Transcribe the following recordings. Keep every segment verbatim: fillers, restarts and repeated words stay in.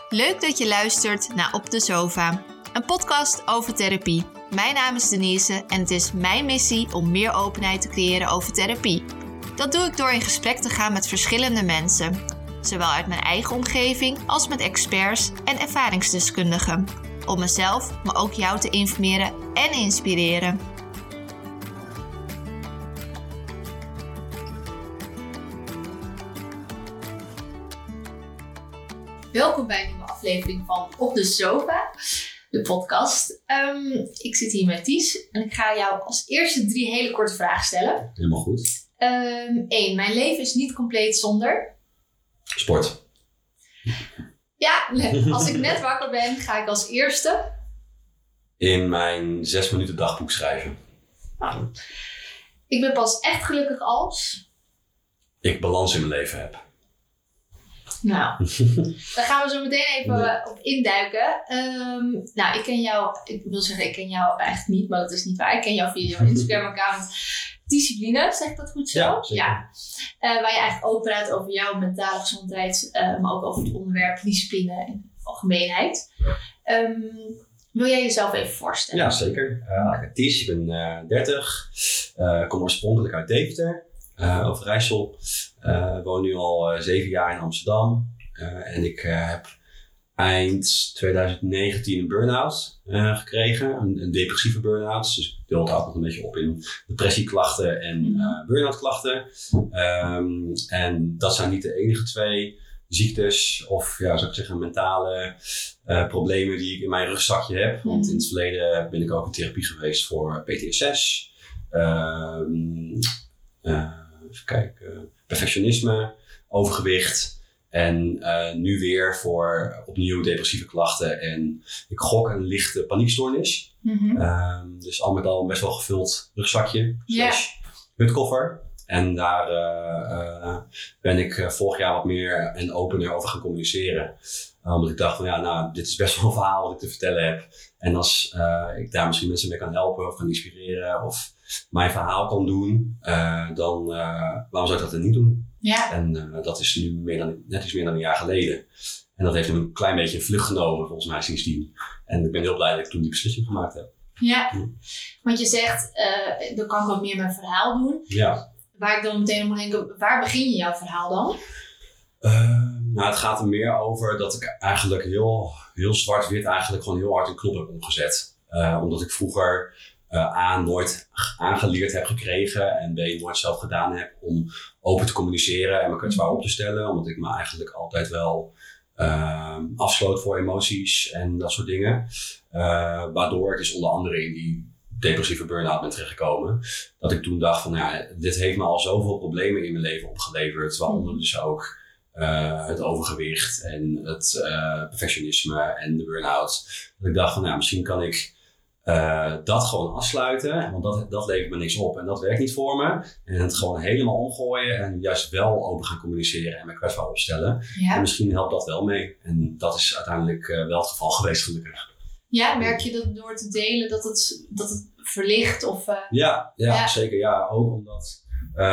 Leuk dat je luistert naar Op de Sofa, een podcast over therapie. Mijn naam is Denise en het is mijn missie om meer openheid te creëren over therapie. Dat doe ik door in gesprek te gaan met verschillende mensen, zowel uit mijn eigen omgeving als met experts en ervaringsdeskundigen, om mezelf, maar ook jou te informeren en inspireren. Welkom bij een nieuwe aflevering van Op de Sofa, de podcast. Um, ik zit hier met Ties en ik ga jou als eerste drie hele korte vragen stellen. Helemaal goed. Eén, um, mijn leven is niet compleet zonder... Sport. Ja, als ik net wakker ben, ga ik als eerste... In mijn zes minuten dagboek schrijven. Nou, ik ben pas echt gelukkig als... Ik balans in mijn leven heb. Nou, daar gaan we zo meteen even nee. op induiken. Um, nou, ik ken jou, ik wil zeggen, ik ken jou eigenlijk niet, maar dat is niet waar. Ik ken jou via jouw Instagram-account Discipline, zeg ik dat goed zo? Ja, zeker. Ja. Uh, waar je eigenlijk open praat over jouw mentale gezondheid, uh, maar ook over het onderwerp discipline en algemeenheid. Um, wil jij jezelf even voorstellen? Ja, zeker. Uh, ik ben Ties, ik ben uh, dertig, uh, kom oorspronkelijk uit Deventer. Uh, Overijssel. Uh, woon nu al uh, zeven jaar in Amsterdam. Uh, en ik uh, heb eind twintig negentien een burn-out uh, gekregen. Een, een depressieve burn-out. Dus ik deel het ook nog een beetje op in depressieklachten en uh, burn-out klachten. Um, en dat zijn niet de enige twee ziektes of ja, zou ik zeggen mentale uh, problemen die ik in mijn rugzakje heb. Want mm. in het verleden ben ik ook in therapie geweest voor P T S S. Um, uh, Even kijken, perfectionisme, overgewicht en uh, nu weer voor opnieuw depressieve klachten en ik gok een lichte paniekstoornis. Mm-hmm. Um, dus al met al een best wel gevuld rugzakje, slash yeah. hutkoffer. En daar uh, uh, ben ik uh, vorig jaar wat meer en opener over gaan communiceren. Uh, omdat ik dacht van ja, nou, dit is best wel een verhaal wat ik te vertellen heb. En als uh, ik daar misschien mensen mee kan helpen of kan inspireren of mijn verhaal kan doen, uh, dan uh, waarom zou ik dat dan niet doen? Ja. En uh, dat is nu meer dan, net iets meer dan een jaar geleden. En dat heeft een klein beetje een vlucht genomen volgens mij sindsdien. En ik ben heel blij dat ik toen die beslissing gemaakt heb. Ja, ja. Want je zegt, uh, dan kan ik wat meer mijn verhaal doen. Ja. Waar ik dan meteen aan moet denken, waar begin je jouw verhaal dan? Uh, nou, het gaat er meer over dat ik eigenlijk heel, heel zwart-wit eigenlijk gewoon heel hard een knop heb omgezet. Uh, omdat ik vroeger uh, A, nooit aangeleerd heb gekregen en B, nooit zelf gedaan heb om open te communiceren en me kwetsbaar op te stellen. Omdat ik me eigenlijk altijd wel uh, afsloot voor emoties en dat soort dingen. Uh, waardoor ik dus onder andere in die depressieve burn-out ben terechtgekomen. Dat ik toen dacht van, ja, dit heeft me al zoveel problemen in mijn leven opgeleverd. Waaronder dus ook uh, het overgewicht en het uh, perfectionisme en de burn-out. Dat ik dacht van, ja, misschien kan ik uh, dat gewoon afsluiten. Want dat, dat levert me niks op en dat werkt niet voor me. En het gewoon helemaal omgooien en juist wel open gaan communiceren en me kwetsbaar opstellen. Ja. En misschien helpt dat wel mee. En dat is uiteindelijk uh, wel het geval geweest, gelukkig. Ja, merk je dat door te delen dat het, dat het verlicht? Of, uh... ja, ja, ja, zeker. Ja, ook omdat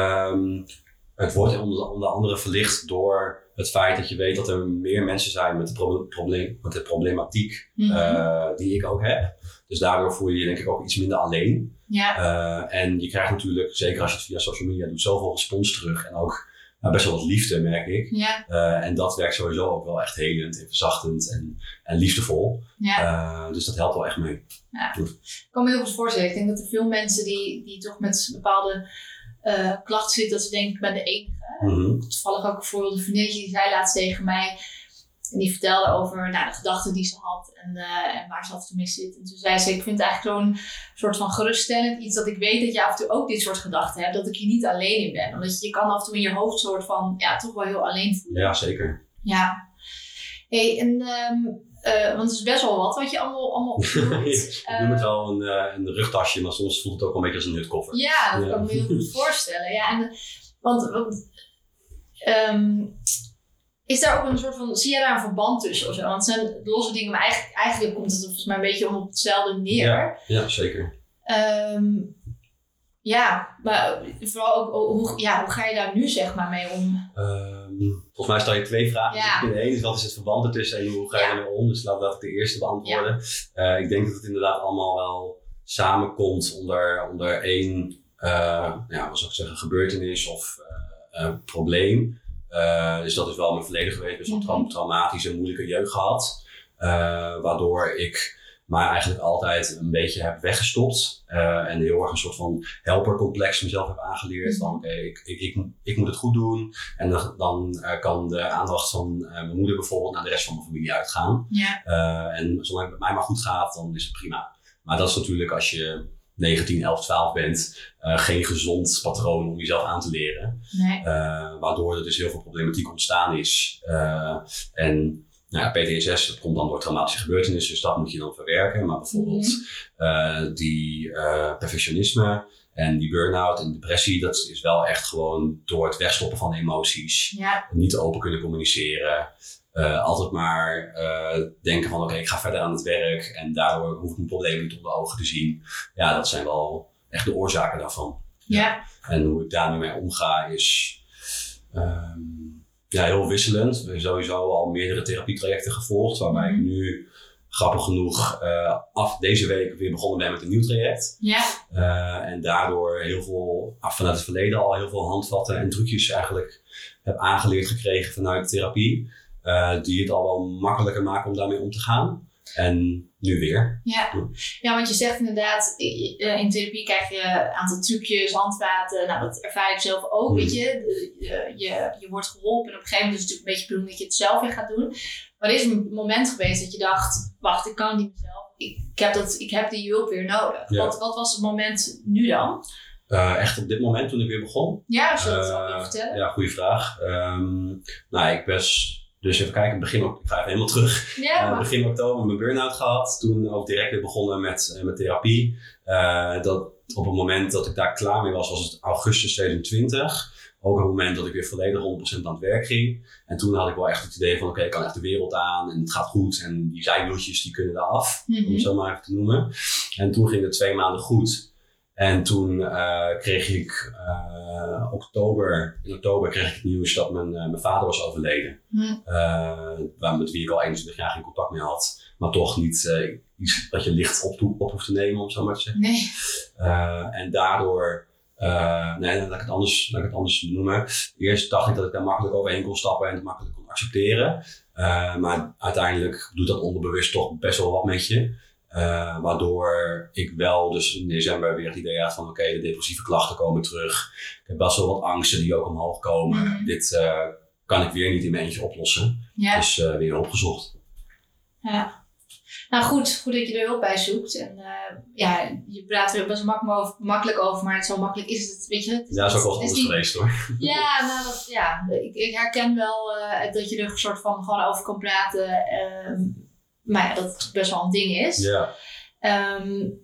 um, het wordt onder, onder andere verlicht door het feit dat je weet dat er meer mensen zijn met de, pro- probleem, met de problematiek mm-hmm. uh, die ik ook heb. Dus daardoor voel je je denk ik ook iets minder alleen. Ja. Uh, en je krijgt natuurlijk, zeker als je het via social media doet, zoveel respons terug. En ook nou, best wel wat liefde, merk ik. Ja. Uh, en dat werkt sowieso ook wel echt helend en verzachtend en, en liefdevol. Ja. Uh, dus dat helpt wel echt mee. Ja. Ik kan me heel goed voorstellen. Ik denk dat er veel mensen die, die toch met bepaalde uh, klachten zitten, dat ze denken, ik ben de enige. Mm-hmm. Toevallig ook bijvoorbeeld een vriendinnetje die zei laatst tegen mij. En die vertelde over nou, de gedachten die ze had en, uh, en waar ze af en toe mee zit. En toen zei ze, ik vind het eigenlijk zo'n soort van geruststellend. Iets dat ik weet dat je af en toe ook dit soort gedachten hebt. Dat ik hier niet alleen in ben. Omdat je, je kan af en toe in je hoofd soort van, ja, toch wel heel alleen voelen. Ja, zeker. Ja. Hey, en, um, uh, want het is best wel wat wat je allemaal, allemaal opnoemt. Ik noem het wel een, uh, een rugtasje, maar soms voelt het ook wel een beetje als een hutkoffer. Ja, dat ja. kan ik me heel goed voorstellen. Ja, en, want... want um, is daar ook een soort van, zie je daar een verband tussen of zo? Want het zijn losse dingen, maar eigenlijk, eigenlijk komt het volgens mij een beetje om op hetzelfde neer. Ja, ja zeker. Um, ja, maar vooral ook, hoe, ja, hoe ga je daar nu zeg maar mee om? Uh, volgens mij stel je twee vragen ja. in één. Dus wat is het verband ertussen en hoe ga je ja. ermee om? Dus laat ik de eerste beantwoorden. Ja. Uh, ik denk dat het inderdaad allemaal wel samenkomt onder, onder één uh, ja, wat zou ik zeggen, gebeurtenis of uh, uh, probleem. Uh, dus dat is wel mijn verleden geweest. Best wel mm-hmm. tra- traumatisch en moeilijke jeugd gehad. Uh, waardoor ik maar eigenlijk altijd een beetje heb weggestopt. Uh, en heel erg een soort van helpercomplex mezelf heb aangeleerd. Van oké, okay, ik, ik, ik, ik moet het goed doen. En dan, dan uh, kan de aandacht van uh, mijn moeder bijvoorbeeld naar de rest van mijn familie uitgaan. Ja. Uh, en zolang het met mij maar goed gaat, dan is het prima. Maar dat is natuurlijk als je negentien, elf, twaalf bent, uh, geen gezond patroon om jezelf aan te leren. Nee. Uh, waardoor er dus heel veel problematiek ontstaan is. Uh, en Nou ja, P T S S, dat komt dan door traumatische gebeurtenissen, dus dat moet je dan verwerken. Maar bijvoorbeeld mm-hmm. uh, die uh, perfectionisme en die burn-out en depressie, dat is wel echt gewoon door het wegstoppen van emoties. Ja. Niet open kunnen communiceren. Uh, altijd maar uh, denken van oké, okay, ik ga verder aan het werk en daardoor hoef ik mijn probleem niet onder ogen te zien. Ja, dat zijn wel echt de oorzaken daarvan. Ja. Ja. En hoe ik daar nu mee omga is Um, Ja, heel wisselend. We hebben sowieso al meerdere therapietrajecten gevolgd, waarbij mm-hmm. ik nu, grappig genoeg, uh, af deze week weer begonnen ben met een nieuw traject. Ja. Uh, en daardoor heel veel, af vanuit het verleden al heel veel handvatten en trucjes eigenlijk heb aangeleerd gekregen vanuit therapie. Uh, die het al wel makkelijker maken om daarmee om te gaan. En nu weer. Ja, ja, want je zegt inderdaad, in therapie krijg je een aantal trucjes, handvaten. Nou, dat ervaar ik zelf ook, mm. weet je. Je, je. Je wordt geholpen en op een gegeven moment is het natuurlijk een beetje bedoeld dat je het zelf weer gaat doen. Maar er is een moment geweest dat je dacht, wacht, ik kan het niet mezelf. Ik, ik, heb, dat, ik heb die hulp weer nodig. Ja. Wat, wat was het moment nu dan? Uh, echt op dit moment toen ik weer begon? Ja, als je dat uh, al wil vertellen. Ja, goede vraag. Um, nou, ik best... Dus even kijken, begin, ik ga even helemaal terug. Ja, uh, begin oktober mijn burn-out gehad. Toen ook direct weer begonnen met, uh, met therapie. Uh, dat op het moment dat ik daar klaar mee was, was het augustus tweeduizend twintig. Ook een moment dat ik weer volledig honderd procent aan het werk ging. En toen had ik wel echt het idee van oké, okay, ik kan echt de wereld aan en het gaat goed. En die zijwieltjes die kunnen eraf, mm-hmm. om het zo maar even te noemen. En toen ging het twee maanden goed. En toen uh, kreeg ik uh, oktober, in oktober kreeg ik het nieuws dat mijn, uh, mijn vader was overleden. Mm. Uh, met wie ik al eenentwintig jaar geen contact meer had. Maar toch niet uh, iets dat je licht op, op hoeft te nemen, om zo maar te zeggen. Nee. Uh, en daardoor, uh, nee, laat ik het anders, laat ik het anders benoemen. Eerst dacht ik dat ik daar makkelijk overheen kon stappen en het makkelijk kon accepteren. Uh, maar uiteindelijk doet dat onderbewust toch best wel wat met je. Uh, waardoor ik wel dus in december weer het idee had van oké, okay, de depressieve klachten komen terug. Ik heb best wel wat angsten die ook omhoog komen. Mm. Dit uh, kan ik weer niet in mijn eentje oplossen. Ja. Dus uh, weer opgezocht. Ja. Nou goed, goed dat je er hulp bij zoekt. En uh, ja, je praat er best makkelijk over, makkelijk over, maar zo makkelijk is het, weet je. Het is, ja, dat is ook wel anders niet... geweest hoor. Ja, nou, dat, ja ik, ik herken wel uh, dat je er een soort van gewoon over kan praten. Uh, Maar ja, dat het best wel een ding is. Ja. Um,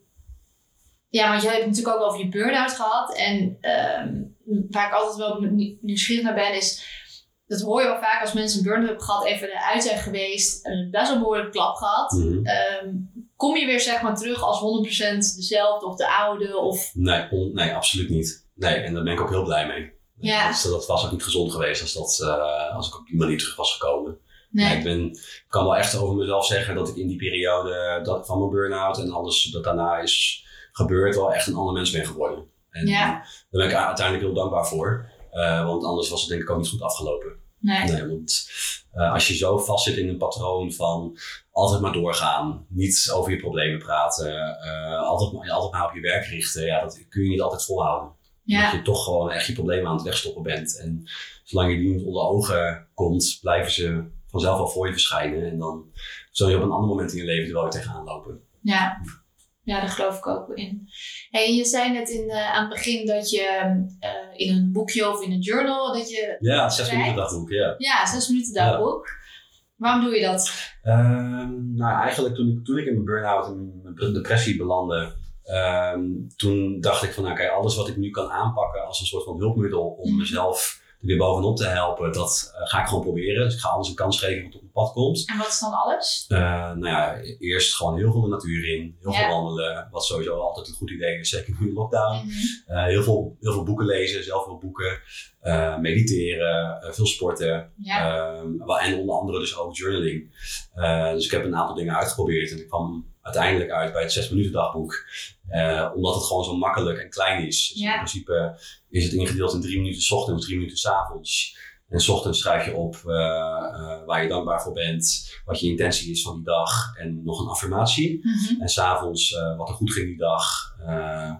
ja, want jij hebt het natuurlijk ook over je burn-out gehad. En um, waar ik altijd wel nieuwsgierig naar ben is... Dat hoor je wel vaak als mensen een burn-out hebben gehad. Even eruit zijn geweest. Een best wel een behoorlijke klap gehad. Mm-hmm. Um, kom je weer zeg maar terug als honderd procent dezelfde of de oude? Of... Nee, on, nee, absoluut niet. Nee, en daar ben ik ook heel blij mee. Ja. Dus dat was ook niet gezond geweest als, dat, uh, als ik op die manier terug was gekomen. Nee. Ja, ik, ben, ik kan wel echt over mezelf zeggen dat ik in die periode dat, van mijn burn-out en alles dat daarna is gebeurd wel echt een ander mens ben geworden. En ja. daar ben ik uiteindelijk heel dankbaar voor. Uh, want anders was het denk ik ook niet goed afgelopen. Nee. Nee, want uh, als je zo vastzit in een patroon van altijd maar doorgaan, niet over je problemen praten, uh, altijd, maar, altijd maar op je werk richten, ja, dat kun je niet altijd volhouden. Ja. Dat je toch gewoon echt je problemen aan het wegstoppen bent. En zolang je die niet onder ogen komt, blijven ze vanzelf al voor je verschijnen. En dan zul je op een ander moment in je leven er wel weer tegenaan lopen. Ja, ja, daar geloof ik ook in. Hey, je zei net in, uh, aan het begin dat je uh, in een boekje of in een journal... dat je ja, het zes minuten dagboek. Ja, ja zes minuten dagboek. Ja. Waarom doe je dat? Um, nou, eigenlijk toen ik, toen ik in mijn burn-out en mijn depressie belandde... Um, toen dacht ik van, nou, kijk, alles wat ik nu kan aanpakken als een soort van hulpmiddel om mm. mezelf er weer bovenop te helpen, dat uh, ga ik gewoon proberen. Dus ik ga alles een kans geven wat op mijn pad komt. En wat is dan alles? Uh, nou ja, eerst gewoon heel veel de natuur in, heel ja. veel wandelen, wat sowieso altijd een goed idee is, zeker nu in lockdown. Mm-hmm. Uh, heel, veel, heel veel boeken lezen, zelf veel boeken, uh, mediteren, uh, veel sporten ja. uh, en onder andere dus ook journaling. Uh, dus ik heb een aantal dingen uitgeprobeerd en ik kwam uiteindelijk uit bij het zes minuten dagboek. Uh, omdat het gewoon zo makkelijk en klein is. Dus ja. in principe is het ingedeeld in drie minuten 's ochtends, drie minuten 's avonds. En 's ochtends schrijf je op uh, uh, waar je dankbaar voor bent, wat je intentie is van die dag en nog een affirmatie. Mm-hmm. En 's avonds uh, wat er goed ging die dag. Uh,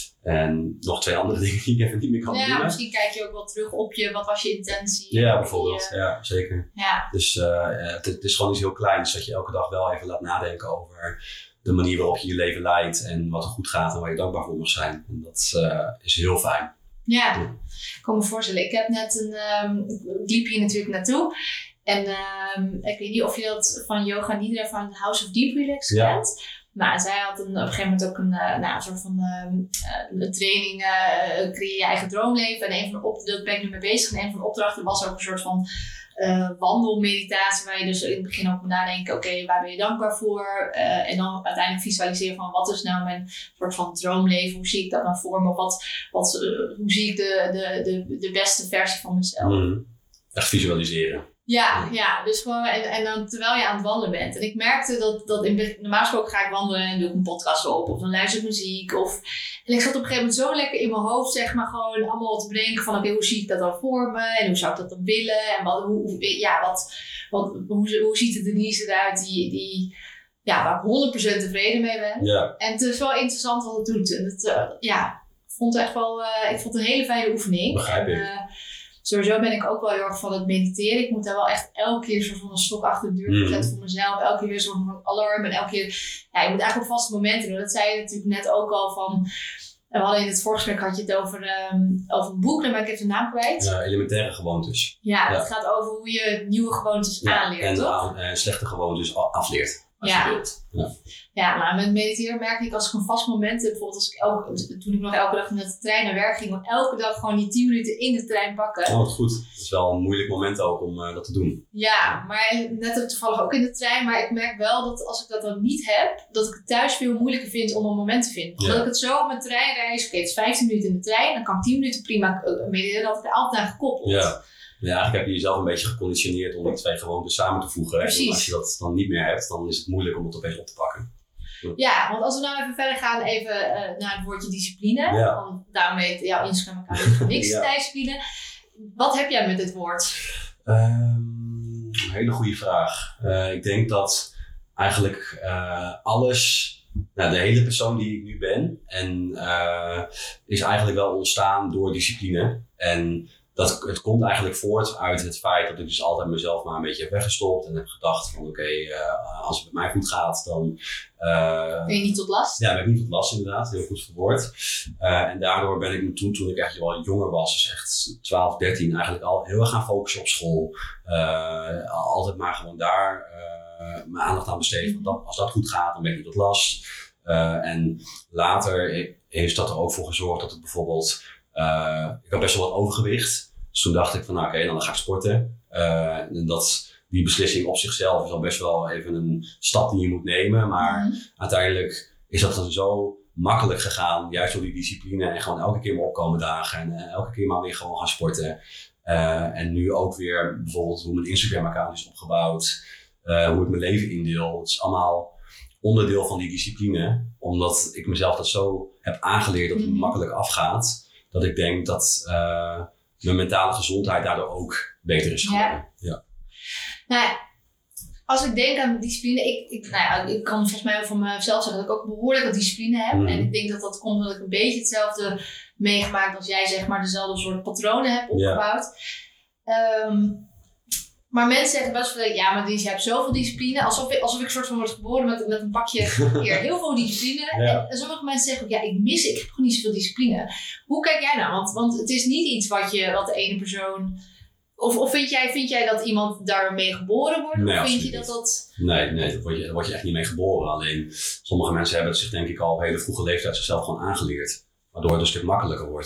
en nog twee andere dingen die ik even niet meer kan ja, doen. Misschien kijk je ook wel terug op je, wat was je intentie? Ja, bijvoorbeeld. Je... Ja, zeker. Ja. Dus uh, het, het is gewoon iets heel kleins, dat je elke dag wel even laat nadenken over de manier waarop je je leven leidt en wat er goed gaat en waar je dankbaar voor mag zijn. En dat uh, is heel fijn. Ja, ja. Ik kan me voorstellen. Ik heb net een, um, ik liep hier natuurlijk naartoe. En um, ik weet niet of je dat van Yoga Nidra van House of Deep Relax ja. kent. Nou, zij had een, op een gegeven moment ook een, uh, nou, een soort van um, uh, een training, uh, creëer je eigen droomleven. En een van de op, dat ben ik nu mee bezig. En een van de opdrachten was ook een soort van uh, wandelmeditatie. Waar je dus in het begin ook moet nadenken, oké, okay, waar ben je dankbaar voor? Uh, en dan uiteindelijk visualiseren van, wat is nou mijn soort van droomleven? Hoe zie ik dat nou voor me? Wat, wat, uh, hoe zie ik de, de, de, de beste versie van mezelf? Mm, echt visualiseren. Ja, ja, dus gewoon, en, en dan terwijl je aan het wandelen bent. En ik merkte dat, dat in, normaal gesproken ga ik wandelen en doe ik een podcast op. Of dan luister ik muziek. Of, en ik zat op een gegeven moment zo lekker in mijn hoofd, zeg maar, gewoon allemaal te bedenken van, oké, okay, hoe zie ik dat dan voor me? En hoe zou ik dat dan willen? En wat, hoe, ja, wat, wat, hoe, hoe ziet de Denise eruit die, die, ja, waar ik honderd procent tevreden mee ben? Ja. En het is wel interessant wat het doet. En het, uh, ja, ik vond het echt wel, uh, ik vond het een hele fijne oefening. Begrijp ik. En, uh, Sowieso ben ik ook wel heel erg van het mediteren. Ik moet daar wel echt elke keer soort van een stok achter de deur zetten voor mezelf. Elke keer weer een soort van alarm. En elke keer, ja, je moet eigenlijk op vaste momenten doen. Dat zei je natuurlijk net ook al van. En we hadden in het voorgesprek had je het over, um, over een boek. Dan ben ik even de naam kwijt. Ja, elementaire gewoontes. Ja, ja. het gaat over hoe je nieuwe gewoontes ja, aanleert, en, toch? En uh, slechte gewoontes afleert. Als ja. je wilt. Ja. Ja, nou, met mediteren merk ik als ik een vast moment heb. Bijvoorbeeld als ik elke, toen ik nog elke dag met de trein naar werk ging. Om elke dag gewoon die tien minuten in de trein pakken. Oh, wat goed. Het is wel een moeilijk moment ook om uh, dat te doen. Ja, maar net toevallig ook in de trein. Maar ik merk wel dat als ik dat dan niet heb. Dat ik het thuis veel moeilijker vind om een moment te vinden. Omdat ja. ik het zo op mijn treinreis. Oké, okay, het is vijftien minuten in de trein. Dan kan ik tien minuten prima mediteren. Dat ik er altijd aan gekoppeld. Ja. Ja, eigenlijk heb je jezelf een beetje geconditioneerd om die twee gewoontes samen te voegen. Precies. En als je dat dan niet meer hebt, dan is het moeilijk om het opeens op te pakken. Ja, ja want als we nou even verder gaan even uh, naar het woordje discipline. Ja. Want daarom heet jouw Instagram account niks ja. discipline. Wat heb jij met dit woord? Um, hele goede vraag. Uh, ik denk dat eigenlijk uh, alles... Nou, de hele persoon die ik nu ben en, uh, is eigenlijk wel ontstaan door discipline. En dat, het komt eigenlijk voort uit het feit dat ik dus altijd mezelf maar een beetje heb weggestopt. En heb gedacht van oké, okay, uh, als het met mij goed gaat, dan... Uh, ben je niet tot last? Ja, ben ik niet tot last inderdaad. Heel goed verwoord. Uh, en daardoor ben ik toen, toen ik echt wel jonger was, dus echt twaalf, dertien, eigenlijk al heel erg gaan focussen op school. Uh, altijd maar gewoon daar uh, mijn aandacht aan besteden. Mm-hmm. Want als dat goed gaat, dan ben ik niet tot last. Uh, en later heeft dat er ook voor gezorgd dat ik bijvoorbeeld... Uh, ik had best wel wat overgewicht. Dus toen dacht ik van nou oké, okay, dan ga ik sporten. Uh, en dat, die beslissing op zichzelf is al best wel even een stap die je moet nemen. Maar mm-hmm. uiteindelijk is dat dan zo makkelijk gegaan. Juist door die discipline en gewoon elke keer maar opkomen dagen. En uh, elke keer maar weer gewoon gaan sporten. Uh, en nu ook weer bijvoorbeeld hoe mijn Instagram account is opgebouwd. Uh, hoe ik mijn leven indeel. Het is allemaal onderdeel van die discipline. Omdat ik mezelf dat zo heb aangeleerd dat het mm-hmm. makkelijk afgaat. Dat ik denk dat uh, mijn mentale gezondheid daardoor ook beter is geworden. Ja. Ja. Nou ja, als ik denk aan discipline, ik, ik, nou ja, ik kan volgens mij van mezelf zeggen dat ik ook behoorlijk wat discipline heb. Mm. En ik denk dat dat komt omdat ik een beetje hetzelfde meegemaakt als jij, zeg maar, dezelfde soort patronen heb opgebouwd. Ja. Um, Maar mensen zeggen best wel, ja, maar je hebt zoveel discipline. Alsof ik, alsof ik soort van word geboren met, met een pakje hier heel veel discipline. Ja. En, en sommige mensen zeggen ook, ja, ik mis, ik heb gewoon niet zoveel discipline. Hoe kijk jij nou? Want, want het is niet iets wat, je, wat de ene persoon... Of, of vind, jij, vind jij dat iemand daarmee geboren wordt? Nee, of vind je dat dat... Nee, nee daar, word je, daar word je echt niet mee geboren. Alleen sommige mensen hebben het zich denk ik al op hele vroege leeftijd zichzelf gewoon aangeleerd. Waardoor het een stuk makkelijker wordt.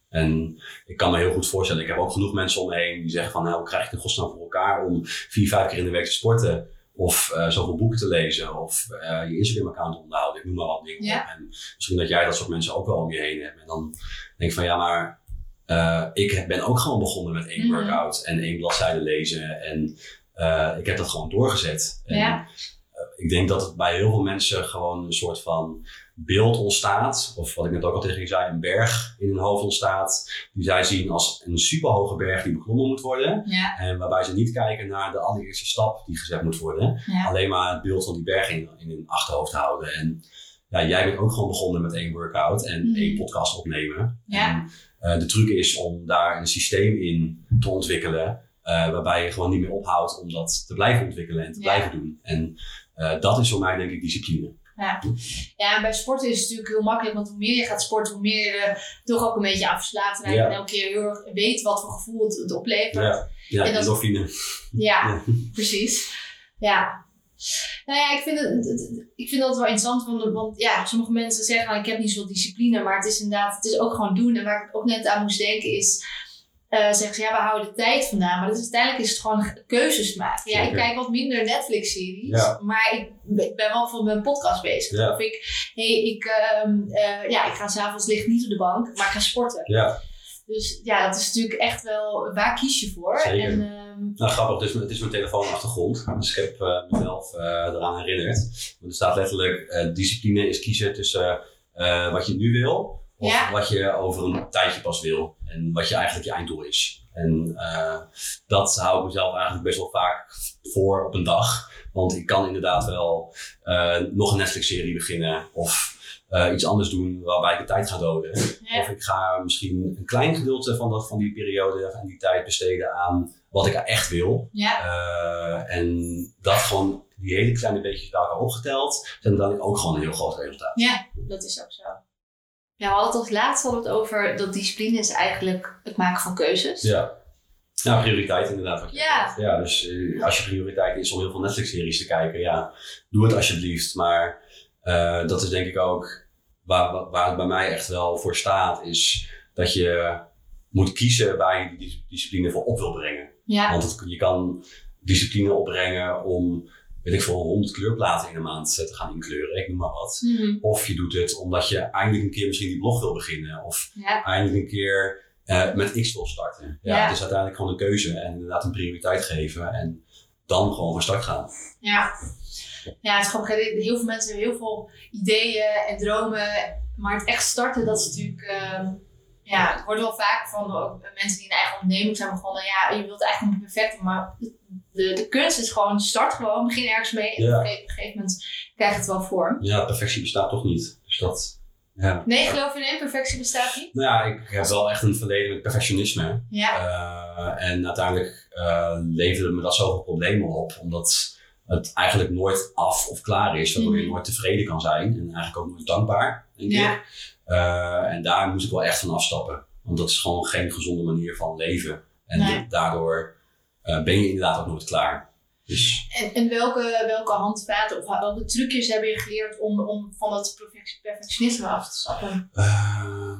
En ik kan me heel goed voorstellen, ik heb ook genoeg mensen om me heen die zeggen van, nou, hoe krijg ik het in godsnaam voor elkaar om vier, vijf keer in de week te sporten? Of uh, zoveel boeken te lezen, of uh, je Instagram-account onderhouden. Ik noem maar wat dingen. Ja. En misschien dat jij dat soort mensen ook wel om je heen hebt. En dan denk ik van, ja, maar uh, ik ben ook gewoon begonnen met één mm-hmm. workout en één bladzijde lezen. En uh, ik heb dat gewoon doorgezet. En, ja. uh, ik denk dat het bij heel veel mensen gewoon een soort van beeld ontstaat. Of wat ik net ook al tegen je zei, een berg in hun hoofd ontstaat. Die zij zien als een superhoge berg die beklommen moet worden. Ja. En waarbij ze niet kijken naar de allereerste stap die gezet moet worden. Ja. Alleen maar het beeld van die berg in, in hun achterhoofd houden. En ja, jij bent ook gewoon begonnen met één workout en mm. één podcast opnemen. Ja. En uh, de truc is om daar een systeem in te ontwikkelen. Uh, waarbij je gewoon niet meer ophoudt om dat te blijven ontwikkelen en te ja. blijven doen. En uh, dat is voor mij denk ik discipline. Ja. ja, en bij sporten is het natuurlijk heel makkelijk, want hoe meer je gaat sporten, hoe meer je er toch ook een beetje aan verslaafd raakt. Ja. En elke keer heel erg weet wat voor gevoel het, het oplevert. Ja, ja en dat, endorfine. Ja, ja, precies. Ja. Nou ja, ik vind het, het, ik vind dat wel interessant, want, want ja, sommige mensen zeggen, nou, ik heb niet zoveel discipline, maar het is inderdaad, het is ook gewoon doen. En waar ik ook net aan moest denken is, Uh, zeggen ze, ja, we houden de tijd vandaan. Maar dat is, uiteindelijk is het gewoon keuzes maken. Ja, ik kijk wat minder Netflix-series. Ja. Maar ik, ik ben wel voor mijn podcast bezig. Ja. Of ik, hey, ik, uh, uh, ja, ik ga s'avonds licht niet op de bank, maar ik ga sporten. Ja. Dus ja, dat is natuurlijk echt wel, waar kies je voor? Zeker. En, um, nou, grappig, dus het is mijn telefoon achtergrond. Dus ik heb uh, mezelf uh, eraan herinnerd. Want er staat letterlijk, uh, discipline is kiezen tussen uh, wat je nu wil. Of ja. wat je over een tijdje pas wil. En wat je eigenlijk je einddoel is. En uh, dat hou ik mezelf eigenlijk best wel vaak voor op een dag. Want ik kan inderdaad wel uh, nog een Netflix-serie beginnen. Of uh, iets anders doen waarbij ik de tijd ga doden. Ja. Of ik ga misschien een klein gedeelte van, dat, van die periode en die tijd besteden aan wat ik echt wil. Ja. Uh, en dat gewoon, die hele kleine beetjes bij elkaar opgeteld, zijn dan ook gewoon een heel groot resultaat. Ja, dat is ook zo. Ja, we hadden het als laatste hadden het over dat discipline is eigenlijk het maken van keuzes. Ja, ja prioriteit inderdaad. Wat je ja. ja, dus uh, als je prioriteit is om heel veel Netflix-series te kijken, ja, doe het alsjeblieft. Maar uh, dat is denk ik ook waar, waar het bij mij echt wel voor staat, is dat je moet kiezen waar je die discipline voor op wil brengen. Ja. Want het, je kan discipline opbrengen om, weet ik veel, honderd kleurplaten in een maand te gaan inkleuren, ik noem maar wat. Mm-hmm. Of je doet het omdat je eindelijk een keer misschien die blog wil beginnen. Of ja. eindelijk een keer uh, met X wil starten. Ja, ja. Het is uiteindelijk gewoon een keuze en inderdaad een prioriteit geven en dan gewoon van start gaan. Ja, ja, het is gewoon, heel veel mensen hebben heel veel ideeën en dromen, maar het echt starten, dat is natuurlijk, uh, ja, het wordt wel vaak van ook mensen die een eigen onderneming zijn begonnen, ja, je wilt eigenlijk niet perfect, maar de, de kunst is gewoon, start gewoon, begin ergens mee en ja. op een gegeven moment krijg je het wel vorm. Ja, perfectie bestaat toch niet, dus dat... Ja. Nee, geloof je in perfectie bestaat niet? Nou ja, ik heb wel echt een verleden met perfectionisme. Ja. Uh, en uiteindelijk uh, leverde me dat zoveel problemen op, omdat het eigenlijk nooit af of klaar is, waardoor mm. je nooit tevreden kan zijn en eigenlijk ook nooit dankbaar, denk ja. ik. Uh, en daar moest ik wel echt van afstappen, want dat is gewoon geen gezonde manier van leven. En nee. daardoor uh, ben je inderdaad ook nooit klaar. Dus. En, en welke, welke handvaten of welke trucjes heb je geleerd om, om van dat perfectionisme af te stappen? Uh,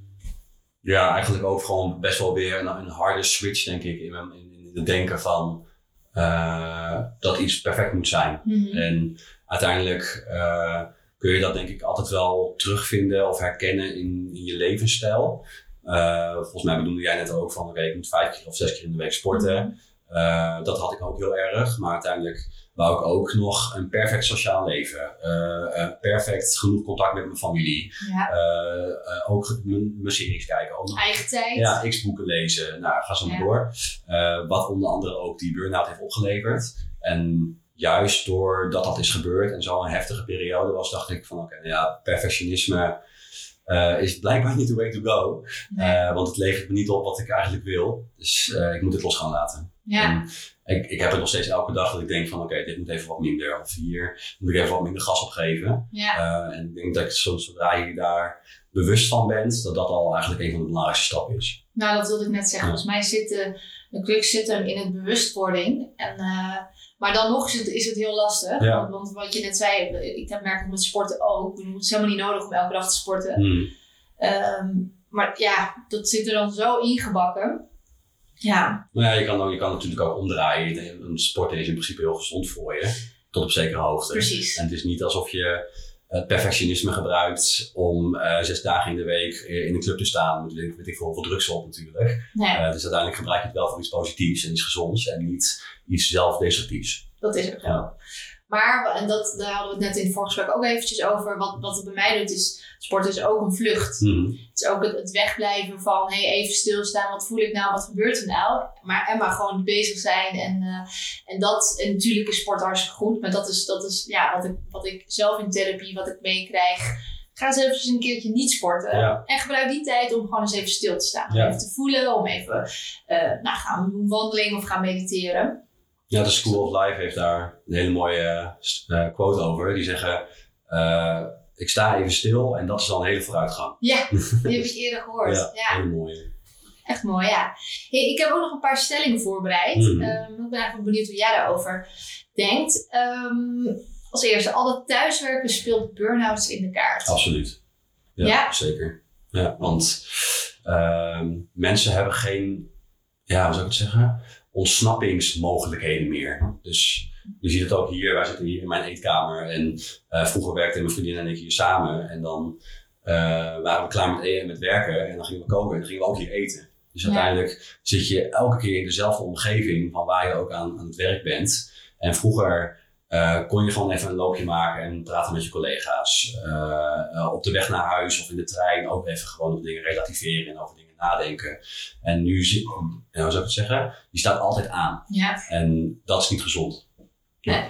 ja, eigenlijk ook gewoon best wel weer een, een harde switch, denk ik, in, in, in het denken van uh, dat iets perfect moet zijn. Mm-hmm. En uiteindelijk uh, kun je dat denk ik altijd wel terugvinden of herkennen in, in je levensstijl. Uh, volgens mij bedoelde jij net ook van, oké, okay, ik moet vijf keer of zes keer in de week sporten. Mm-hmm. Uh, dat had ik ook heel erg, maar uiteindelijk wou ik ook nog een perfect sociaal leven. Uh, uh, perfect genoeg contact met mijn familie. Ja. Uh, uh, ook mijn series kijken. Ook nog, eigen tijd. Ja, x-boeken lezen. Nou, ga zo maar ja. door. Uh, wat onder andere ook die burn-out heeft opgeleverd. En juist doordat dat is gebeurd en zo'n heftige periode was, dacht ik van oké, okay, ja, perfectionisme Uh, is blijkbaar niet the way to go. Nee. Uh, want het levert me niet op wat ik eigenlijk wil. Dus uh, ik moet het los gaan laten. Ja. En ik, ik heb het nog steeds elke dag dat ik denk van oké, okay, dit moet even wat minder. Of hier moet ik even wat minder gas op geven. Ja. Uh, en ik denk dat zodra je daar bewust van bent, dat dat al eigenlijk een van de belangrijkste stappen is. Nou, dat wilde ik net zeggen. Ja. Volgens mij zit de, de crux zit hem in het bewustwording. En, uh, maar dan nog is het, is het heel lastig. Ja. Want, want wat je net zei, ik heb merk ik met sporten ook. Het is helemaal niet nodig om elke dag te sporten. Hmm. Um, maar ja, dat zit er dan zo ingebakken. Ja. Nou ja, je kan, ook, je kan natuurlijk ook omdraaien. Een sport is in principe heel gezond voor je. Tot op zekere hoogte. Precies. En het is niet alsof je het perfectionisme gebruikt om uh, zes dagen in de week in een club te staan. Met weet ik veel hoeveel drugs op natuurlijk. Nee. Uh, dus uiteindelijk gebruik je het wel voor iets positiefs en iets gezonds. En niet iets zelfdestructiefs. Dat is ook zo. Ja. Maar, en dat, daar hadden we het net in het vorige ook eventjes over. Wat, wat het bij mij doet is, sport is ook een vlucht. Mm-hmm. Het is ook het, het wegblijven van, hey, even stilstaan. Wat voel ik nou? Wat gebeurt er nou? Maar, en maar gewoon bezig zijn. En, uh, en dat, en natuurlijk is sport hartstikke goed. Maar dat is, dat is ja, wat, ik, wat ik zelf in therapie, wat ik meekrijg. Ga eens even een keertje niet sporten. Ja. En gebruik die tijd om gewoon eens even stil te staan. Ja. Om even te voelen, om even uh, nou, gaan doen wandeling of gaan mediteren. Ja, de School of Life heeft daar een hele mooie uh, quote over. Die zeggen, uh, ik sta even stil en dat is dan een hele vooruitgang. Ja, die heb ik eerder gehoord. Ja, ja. hele mooie. Echt mooi, ja. Hey, ik heb ook nog een paar stellingen voorbereid. Mm. Um, ik ben eigenlijk benieuwd hoe jij daarover denkt. Um, als eerste, al dat thuiswerken speelt burn-outs in de kaart. Absoluut. Ja, ja? zeker. Ja, want uh, mensen hebben geen, ja, hoe zou ik het zeggen, ontsnappingsmogelijkheden meer. Dus je ziet het ook hier. Wij zitten hier in mijn eetkamer. En uh, vroeger werkten mijn vriendin en ik hier samen. En dan uh, waren we klaar met eten en met werken. En dan gingen we koken en dan gingen we ook hier eten. Dus ja. Uiteindelijk zit je elke keer in dezelfde omgeving van waar je ook aan, aan het werk bent. En vroeger uh, kon je gewoon even een loopje maken en praten met je collega's. Uh, uh, op de weg naar huis of in de trein ook even gewoon op dingen relativeren en over dingen nadenken. En nu, zie, ja, hoe zou ik het zeggen? Die staat altijd aan. Ja. En dat is niet gezond. Nee.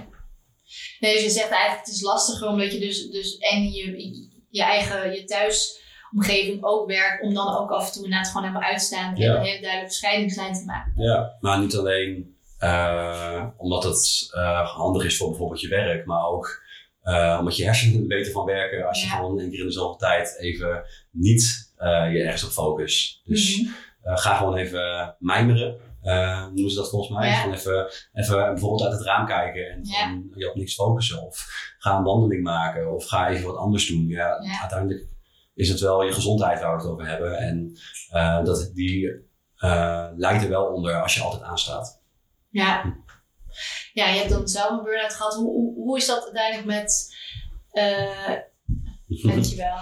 Nee, dus je zegt eigenlijk het is lastiger omdat je dus, dus en je, je eigen, je thuisomgeving ook werkt om dan ook af en toe inderdaad gewoon helemaal uitstaan ja. en een hele duidelijke scheidingslijn te maken. Ja, maar niet alleen uh, omdat het uh, handig is voor bijvoorbeeld je werk, maar ook uh, omdat je hersenen beter van werken als je ja. gewoon een keer in de zoveel tijd even niet uh, je ergens op focust. Dus mm-hmm. uh, ga gewoon even mijmeren. Uh, noemen ze dat volgens mij. Ja. Gewoon even, even bijvoorbeeld uit het raam kijken en ja. van, je op niks focussen. Of ga een wandeling maken of ga even wat anders doen. Ja, ja. Uiteindelijk is het wel je gezondheid waar we het over hebben. En uh, dat, die uh, lijkt er wel onder als je altijd aanstaat. Ja. Ja, je hebt dan zelf een burn-out gehad. Hoe, hoe, hoe is dat uiteindelijk met... Uh, dankjewel.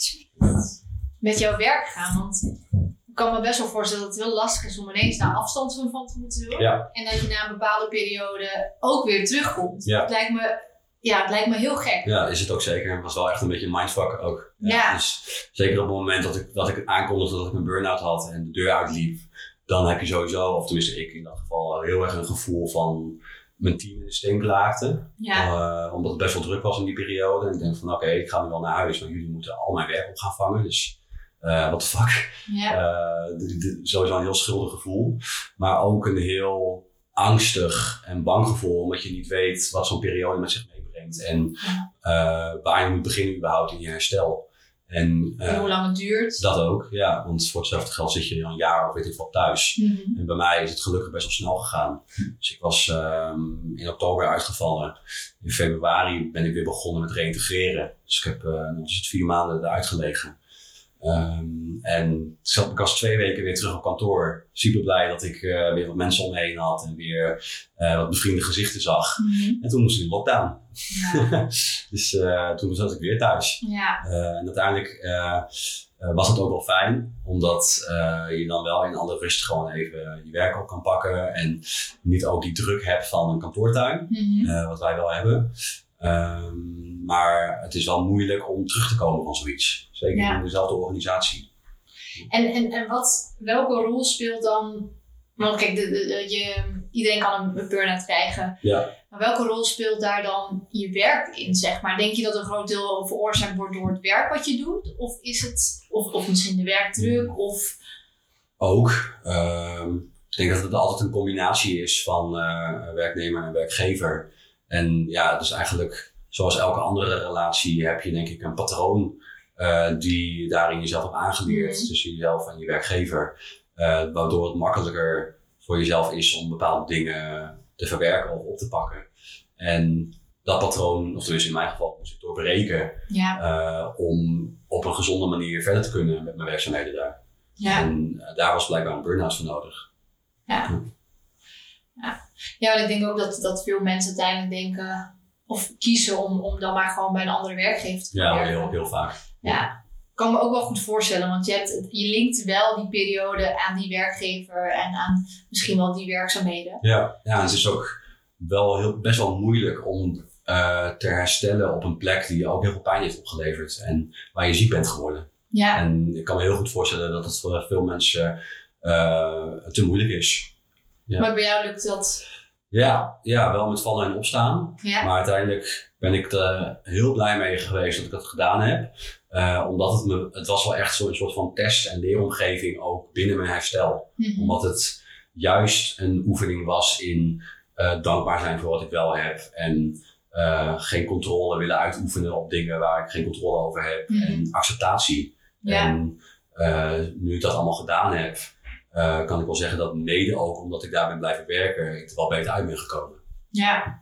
Met jouw werk gaan? Want... Ik kan me best wel voorstellen dat het heel lastig is om ineens naar afstand van te moeten doen. Ja. En dat je na een bepaalde periode ook weer terugkomt. Ja. Het lijkt me, ja, het lijkt me heel gek. Ja, is het ook zeker. Het was wel echt een beetje een mindfuck ook. Ja. Ja. Dus zeker op het moment dat ik, dat ik aankondigde dat ik een burn-out had en de deur uitliep. Dan heb je sowieso, of tenminste ik in dat geval, heel erg een gevoel van mijn team in de steek laakte. Ja. Uh, omdat het best wel druk was in die periode. En ik denk van oké, okay, ik ga nu wel naar huis. Maar jullie moeten al mijn werk op gaan vangen. Dus... Uh, what the fuck. Ja. Uh, de, de, sowieso een heel schuldig gevoel. Maar ook een heel angstig en bang gevoel. Omdat je niet weet wat zo'n periode met zich meebrengt. En uh, waar je moet beginnen überhaupt in je herstel. En, uh, en hoe lang het duurt. Dat ook, ja. Want voor hetzelfde geld zit je al een jaar of weet ik wat thuis. Mm-hmm. En bij mij is het gelukkig best wel snel gegaan. Dus ik was um, in oktober uitgevallen. In februari ben ik weer begonnen met reïntegreren. Dus ik heb uh, dus het vier maanden eruit gelegen. Um, en zat ik als twee weken weer terug op kantoor. Super blij dat ik uh, weer wat mensen om me heen had en weer uh, wat bevriende gezichten zag. Mm-hmm. En toen moest ik in lockdown. Ja. Dus uh, toen zat ik weer thuis. Ja. Uh, en uiteindelijk uh, uh, was het ook wel fijn, omdat uh, je dan wel in alle rust gewoon even je werk op kan pakken. En niet ook die druk hebt van een kantoortuin, mm-hmm. uh, wat wij wel hebben. Um, maar het is wel moeilijk om terug te komen van zoiets. Zeker ja. in dezelfde organisatie. En, en, en wat, welke rol speelt dan... Want kijk, de, de, de, je, iedereen kan een burn-out krijgen. Ja. Maar welke rol speelt daar dan je werk in, zeg maar? Denk je dat een groot deel veroorzaakt wordt door het werk wat je doet? Of is het... Of, of misschien de werkdruk? Of... Ook. Um, ik denk dat het altijd een combinatie is van uh, werknemer en werkgever. En ja, dus eigenlijk zoals elke andere relatie heb je denk ik een patroon uh, die je daarin jezelf hebt aangeleerd. Mm-hmm. Tussen jezelf en je werkgever. Uh, waardoor het makkelijker voor jezelf is om bepaalde dingen te verwerken of op te pakken. En dat patroon, of tenminste in mijn geval, moest ik doorbreken. Ja. Uh, om op een gezonde manier verder te kunnen met mijn werkzaamheden daar. Ja. En uh, daar was blijkbaar een burn-out voor nodig. Ja. Ja. Ja. Ja, want ik denk ook dat, dat veel mensen uiteindelijk denken of kiezen om, om dan maar gewoon bij een andere werkgever te ja, werken. heel, heel vaak. Ja, kan me ook wel goed voorstellen, want je, hebt, je linkt wel die periode aan die werkgever en aan misschien wel die werkzaamheden. Ja, ja, het is ook wel heel, best wel moeilijk om uh, te herstellen op een plek die ook heel veel pijn heeft opgeleverd en waar je ziek bent geworden. Ja. En ik kan me heel goed voorstellen dat het voor veel mensen uh, te moeilijk is. Ja. Maar bij jou lukt dat? Ja, ja, wel met vallen en opstaan. Ja. Maar uiteindelijk ben ik er heel blij mee geweest dat ik dat gedaan heb. Uh, omdat het me, het was wel echt zo'n soort van test- en leeromgeving ook binnen mijn herstel. Mm-hmm. Omdat het juist een oefening was in uh, dankbaar zijn voor wat ik wel heb. En uh, geen controle willen uitoefenen op dingen waar ik geen controle over heb. Mm-hmm. En acceptatie. Ja. En uh, nu ik dat allemaal gedaan heb, uh, kan ik wel zeggen dat mede ook omdat ik daar ben blijven werken, ik er wel beter uit ben gekomen. Ja,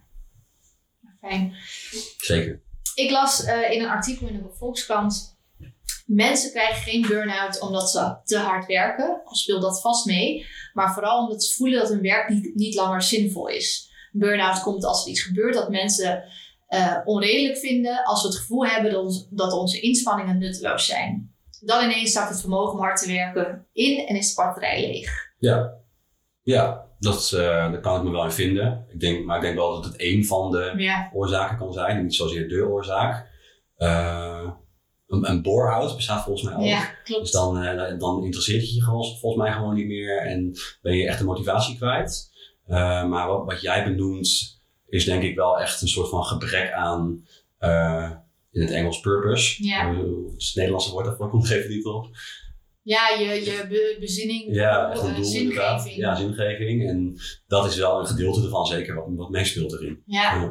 fijn. Zeker. Ik las uh, in een artikel in de Volkskrant, mensen krijgen geen burn-out omdat ze te hard werken, of speelt dat vast mee, maar vooral omdat ze voelen dat hun werk niet, niet langer zinvol is. Burn-out komt als er iets gebeurt dat mensen uh, onredelijk vinden, als we het gevoel hebben dat, ons, dat onze inspanningen nutteloos zijn. Dan ineens zakt het vermogen om hard te werken in en is de batterij leeg. Ja, ja. Dat, uh, daar kan ik me wel in vinden. Ik denk, maar ik denk wel dat het één van de ja. oorzaken kan zijn. Niet zozeer de oorzaak. Uh, een, een bore-out bestaat volgens mij ook. Ja, klopt. Dus dan, uh, dan interesseert het je gewoon, volgens mij gewoon niet meer. En ben je echt de motivatie kwijt. Uh, maar wat, wat jij benoemt is denk ik wel echt een soort van gebrek aan, uh, in het Engels, purpose. Ja. Uh, het Nederlandse woord daarvoor komt er even niet op. Ja, je, je be, bezinning, ja, echt een doel, zingeving. Inderdaad. Ja, zingeving. En dat is wel een gedeelte ervan, zeker, wat, wat meespeelt erin. Ja. ja.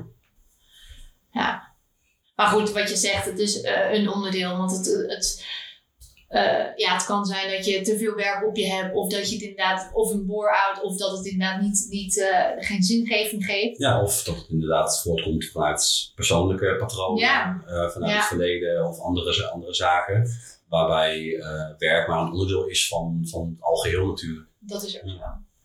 Ja. Maar goed, wat je zegt, het is uh, een onderdeel. Want het, het, uh, ja, het kan zijn dat je te veel werk op je hebt. Of dat je het inderdaad, of een bore-out, of dat het inderdaad niet, niet, uh, geen zingeving geeft. Ja, of dat het inderdaad voortkomt vanuit persoonlijke patronen. Ja. Uh, vanuit ja. het verleden of andere, andere zaken. Waarbij uh, werk maar een onderdeel is van, van het algeheel natuurlijk. Dat is ook zo.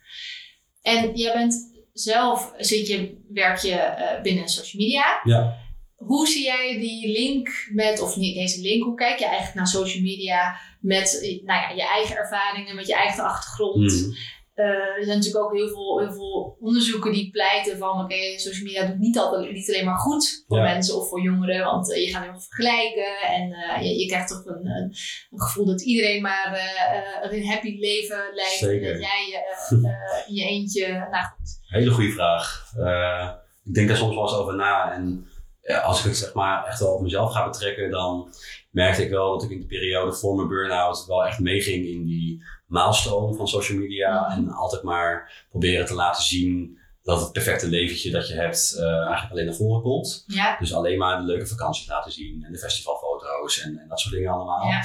En jij bent zelf, zit je, werk je uh, binnen social media. Ja. Hoe zie jij die link met, of niet deze link, hoe kijk je eigenlijk naar social media met nou ja, je eigen ervaringen, met je eigen achtergrond? Mm. Uh, er zijn natuurlijk ook heel veel, heel veel onderzoeken die pleiten van oké, okay, social media doet niet, altijd, niet alleen maar goed voor ja. mensen of voor jongeren, want uh, je gaat heel veel vergelijken en uh, je, je krijgt toch een, een, een gevoel dat iedereen maar uh, een happy leven leidt. Zeker. En dat jij uh, uh, in je eentje, nou goed. Hele goede vraag. Uh, ik denk daar soms wel eens over na en ja, als ik het zeg maar echt wel op mezelf ga betrekken, dan merkte ik wel dat ik in de periode voor mijn burn-out wel echt meeging in die maalstroom van social media. Mm. En altijd maar proberen te laten zien dat het perfecte leventje dat je hebt uh, eigenlijk alleen naar voren komt. Ja. Dus alleen maar de leuke vakanties laten zien en de festivalfoto's en, en dat soort dingen allemaal. Ja.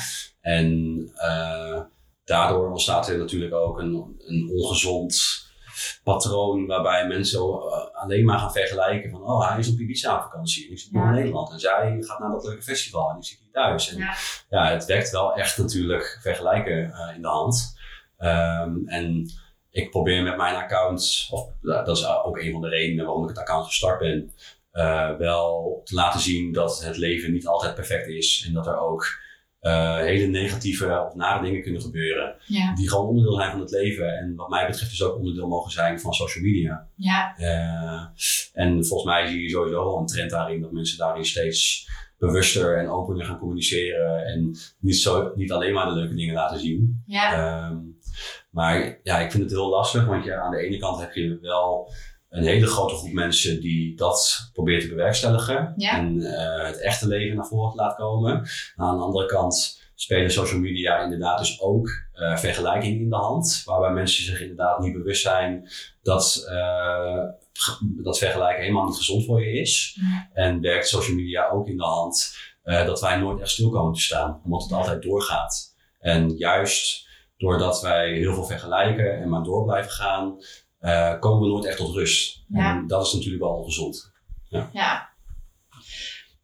En uh, daardoor ontstaat er natuurlijk ook een, een ongezond patroon waarbij mensen alleen maar gaan vergelijken van oh, hij is op Ibiza op vakantie en ik zit hier ja. in Nederland en zij gaat naar dat leuke festival en ik zit hier thuis. En ja, ja het wekt wel echt natuurlijk vergelijken uh, in de hand. Um, en ik probeer met mijn account, of uh, dat is ook een van de redenen waarom ik het account gestart ben, uh, wel te laten zien dat het leven niet altijd perfect is en dat er ook Uh, hele negatieve of nare dingen kunnen gebeuren. Ja. Die gewoon onderdeel zijn van het leven. En wat mij betreft dus ook onderdeel mogen zijn van social media. Ja. Uh, en volgens mij zie je sowieso wel een trend daarin. Dat mensen daarin steeds bewuster en opener gaan communiceren. En niet, zo, niet alleen maar de leuke dingen laten zien. Ja. Um, maar ja, ik vind het heel lastig. Want ja, aan de ene kant heb je wel een hele grote groep mensen die dat probeert te bewerkstelligen. Ja. En uh, het echte leven naar voren te laten komen. Maar aan de andere kant spelen social media inderdaad dus ook uh, vergelijkingen in de hand. Waarbij mensen zich inderdaad niet bewust zijn dat, uh, dat vergelijken helemaal niet gezond voor je is. Ja. En werkt social media ook in de hand uh, dat wij nooit echt stil komen te staan. Omdat het altijd doorgaat. En juist doordat wij heel veel vergelijken en maar door blijven gaan, Uh, komen we nooit echt tot rust. Ja. En dat is natuurlijk wel ongezond. Ja. Ja.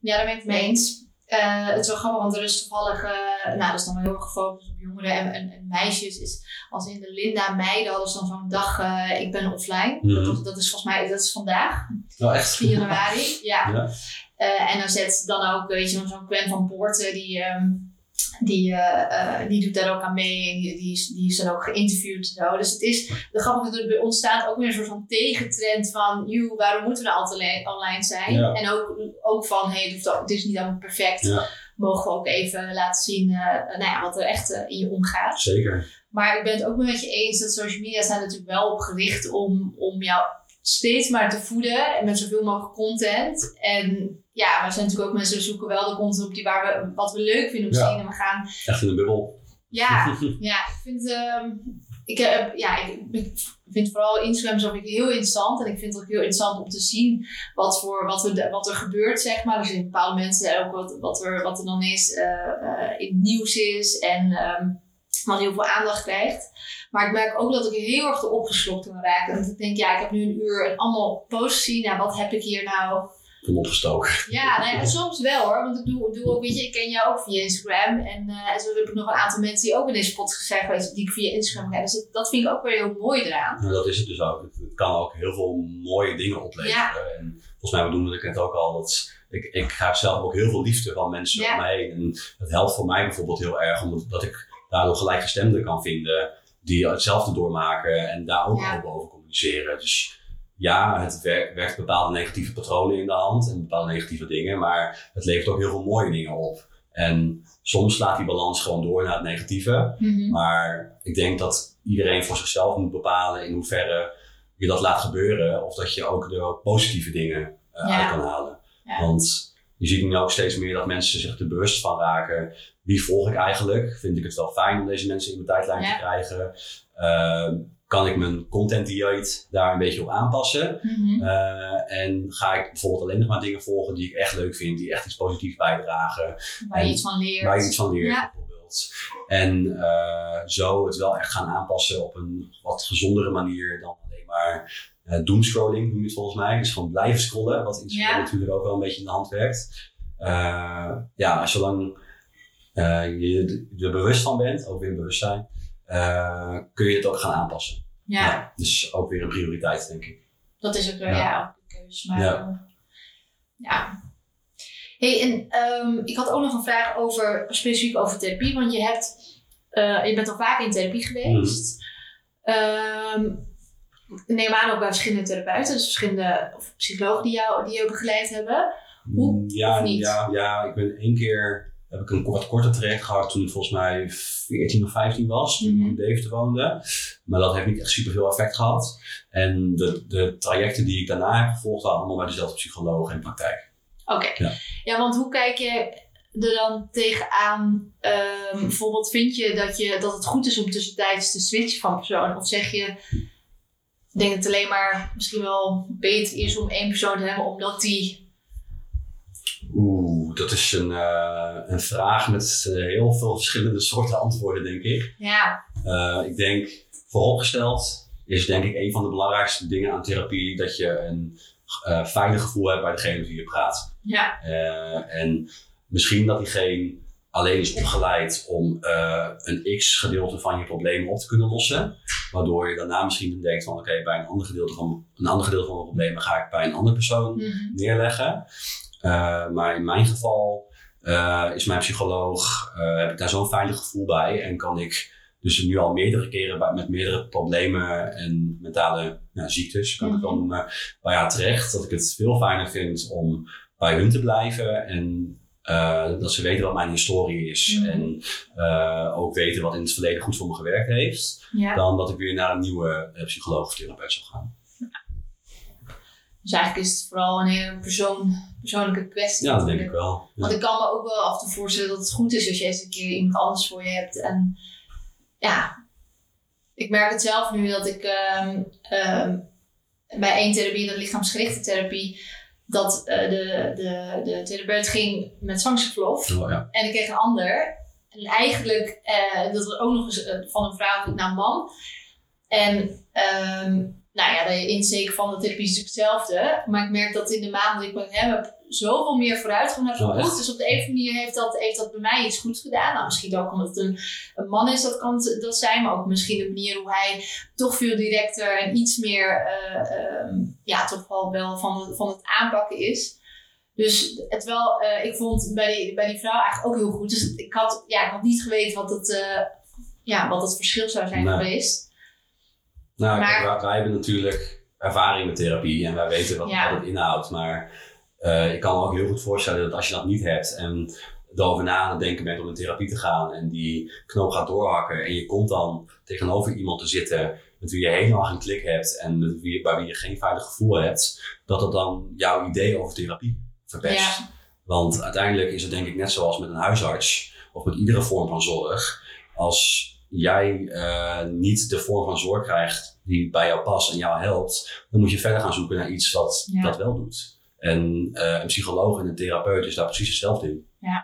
Ja, daar ben ik het mee eens. Uh, het is wel grappig, want er is toevallig, uh, nou dat is dan wel heel erg gefocust op jongeren en, en, en meisjes. Is, als in de Linda meiden hadden ze dan zo'n dag, uh, ik ben offline. Mm-hmm. Dat, dat is volgens mij, dat is vandaag. Oh echt? vier januari, ja. ja. Uh, en dan zet dan ook, weet je, zo'n Gwen van Poorten, die, um, die, uh, uh, die doet daar ook aan mee. En die, die, is, die is dan ook geïnterviewd en zo. Dus het is, de grappige er ontstaat ook weer een soort van tegentrend van, joh, waarom moeten we nou altijd online zijn? Ja. En ook, ook van, hey, het, hoeft ook, het is niet allemaal perfect. Ja. Mogen we ook even laten zien uh, nou ja, wat er echt uh, in je omgaat. Zeker. Maar ik ben het ook met je eens dat social media zijn natuurlijk wel op gericht om, om jou steeds maar te voeden en met zoveel mogelijk content. En ja, we zijn natuurlijk ook mensen, we zoeken wel de content op die waar we, wat we leuk vinden om te zien. En we gaan... Echt in een bubbel. Ja, ja, ik vind, um, ik, uh, ja, ik, ik vind vooral Instagram zo vind ik heel interessant. En ik vind het ook heel interessant om te zien wat, voor, wat, we, wat er gebeurt, zeg maar. Er zijn bepaalde mensen ook wat, wat, er, wat er dan is uh, uh, in het nieuws is en um, wat heel veel aandacht krijgt. Maar ik merk ook dat ik heel erg erop geslokt kan raken. Dat ik denk, ja, ik heb nu een uur en allemaal posts gezien. Nou, wat heb ik hier nou... Van opgestoken. Ja, nou ja, soms wel hoor. Want ik doe, doe ook, weet je, ik ken jou ook via Instagram. En uh, zo heb ik nog een aantal mensen die ook in deze podcast zijn geweest, die ik via Instagram ken. Dus dat, dat vind ik ook weer heel mooi eraan. Ja, dat is het dus ook. Het, het kan ook heel veel mooie dingen opleveren. Ja. En volgens mij, we doen het net ook al, dat ik, ik krijg zelf ook heel veel liefde van mensen ja. om mij heen. En dat helpt voor mij bijvoorbeeld heel erg, omdat ik daardoor gelijkgestemden kan vinden die hetzelfde doormaken en daar ook ja. over communiceren. Dus ja, het werkt, werkt bepaalde negatieve patronen in de hand en bepaalde negatieve dingen, maar het levert ook heel veel mooie dingen op. En soms slaat die balans gewoon door naar het negatieve. Mm-hmm. Maar ik denk dat iedereen voor zichzelf moet bepalen in hoeverre je dat laat gebeuren of dat je ook er ook positieve dingen uh, ja. uit kan halen. Ja. Want je ziet nu ook steeds meer dat mensen zich er bewust van raken. Wie volg ik eigenlijk? Vind ik het wel fijn om deze mensen in mijn tijdlijn ja. te krijgen? Uh, kan ik mijn content dieet daar een beetje op aanpassen? Mm-hmm. Uh, en ga ik bijvoorbeeld alleen nog maar dingen volgen die ik echt leuk vind, die echt iets positiefs bijdragen. Waar je iets van leert. Waar je iets van leert, ja. bijvoorbeeld. En uh, zo het wel echt gaan aanpassen op een wat gezondere manier dan alleen maar uh, doomscrolling, noem je het volgens mij. Dus gewoon blijven scrollen, wat Instagram ja. natuurlijk ook wel een beetje in de hand werkt. Uh, ja, zolang uh, je er bewust van bent, ook weer bewustzijn, uh, kun je het ook gaan aanpassen. Ja. ja. Dus ook weer een prioriteit, denk ik. Dat is ook wel, ja, ja ook een keuze. Maar ja. ja. Hey, en um, ik had ook nog een vraag over, specifiek over therapie, want je hebt, uh, je bent al vaak in therapie geweest. Mm. Um, ik neem aan ook bij verschillende therapeuten, dus verschillende of psychologen die jou, die jou begeleid hebben. Hoe, ja, of niet? Ja, ja, ik ben één keer, heb ik een wat korter traject gehad toen ik volgens mij veertien of vijftien was, toen mm-hmm. ik in Deventer woonde. Maar dat heeft niet echt superveel effect gehad. En de, de trajecten die ik daarna heb gevolgd waren allemaal bij dezelfde psycholoog in praktijk. Oké, okay. ja. ja, want hoe kijk je er dan tegenaan? Um, bijvoorbeeld, vind je dat, je dat het goed is om tussentijds te switchen van persoon? Of zeg je, ik denk het alleen maar misschien wel beter is om één persoon te hebben, omdat die... Oeh, dat is een, uh, een vraag met uh, heel veel verschillende soorten antwoorden, denk ik. Ja. Uh, ik denk, vooropgesteld is denk ik een van de belangrijkste dingen aan therapie dat je een uh, veilig gevoel hebt bij degene die je praat. Ja. Uh, en misschien dat diegene alleen is opgeleid om uh, een x-gedeelte van je problemen op te kunnen lossen. Waardoor je daarna misschien denkt van oké, okay, bij een ander gedeelte van een ander gedeelte van mijn problemen ga ik bij een andere persoon mm-hmm. neerleggen. Uh, maar in mijn geval uh, is mijn psycholoog, uh, heb ik daar zo'n veilig gevoel bij en kan ik dus nu al meerdere keren bij, met meerdere problemen en mentale nou, ziektes, kan mm-hmm. ik het wel noemen, bij haar terecht. Dat ik het veel fijner vind om bij hun te blijven en uh, dat ze weten wat mijn historie is mm-hmm. en uh, ook weten wat in het verleden goed voor me gewerkt heeft, ja. dan dat ik weer naar een nieuwe uh, psycholoog of therapeut zou gaan. Dus eigenlijk is het vooral een hele persoon, persoonlijke kwestie. Ja, dat denk ik wel. Ja. Want ik kan me ook wel af en toe voorstellen dat het goed is als je eens een keer iemand anders voor je hebt. En ja, ik merk het zelf nu dat ik um, um, bij één therapie, dat lichaamsgerichte therapie, dat uh, de, de, de therapeut ging met zwangerschapsverlof. Oh, ja. En ik kreeg een ander. En eigenlijk, uh, dat was ook nog eens uh, van een vrouw naar een man. En um, nou ja, de insteek van de therapie is natuurlijk hetzelfde. Maar ik merk dat in de maanden dat ik met hem heb zoveel meer vooruitgang heb geboekt. Oh, dus op de een of andere manier heeft dat, heeft dat bij mij iets goeds gedaan. Nou, misschien ook omdat het een, een man is, dat kan het, dat zijn. Maar ook misschien de manier hoe hij toch veel directer en iets meer, uh, um, ja, toch wel, wel van, van het aanpakken is. Dus het wel, uh, ik vond bij die, bij die vrouw eigenlijk ook heel goed. Dus ik had, ja, ik had niet geweten wat het, uh, ja, wat het verschil zou zijn nee. geweest. Nou, maar, wij, wij hebben natuurlijk ervaring met therapie en wij weten wat, ja. wat het inhoudt. Maar uh, ik kan me ook heel goed voorstellen dat als je dat niet hebt en erover na aan het denken bent om in therapie te gaan en die knoop gaat doorhakken en je komt dan tegenover iemand te zitten met wie je helemaal geen klik hebt en met wie, bij wie je geen veilig gevoel hebt, dat dat dan jouw idee over therapie verpest. Ja. Want uiteindelijk is het denk ik net zoals met een huisarts of met iedere vorm van zorg. Als jij uh, niet de vorm van zorg krijgt die bij jou past en jou helpt, dan moet je verder gaan zoeken naar iets wat ja. dat wel doet. En uh, een psycholoog en een therapeut is daar precies hetzelfde in. Ja.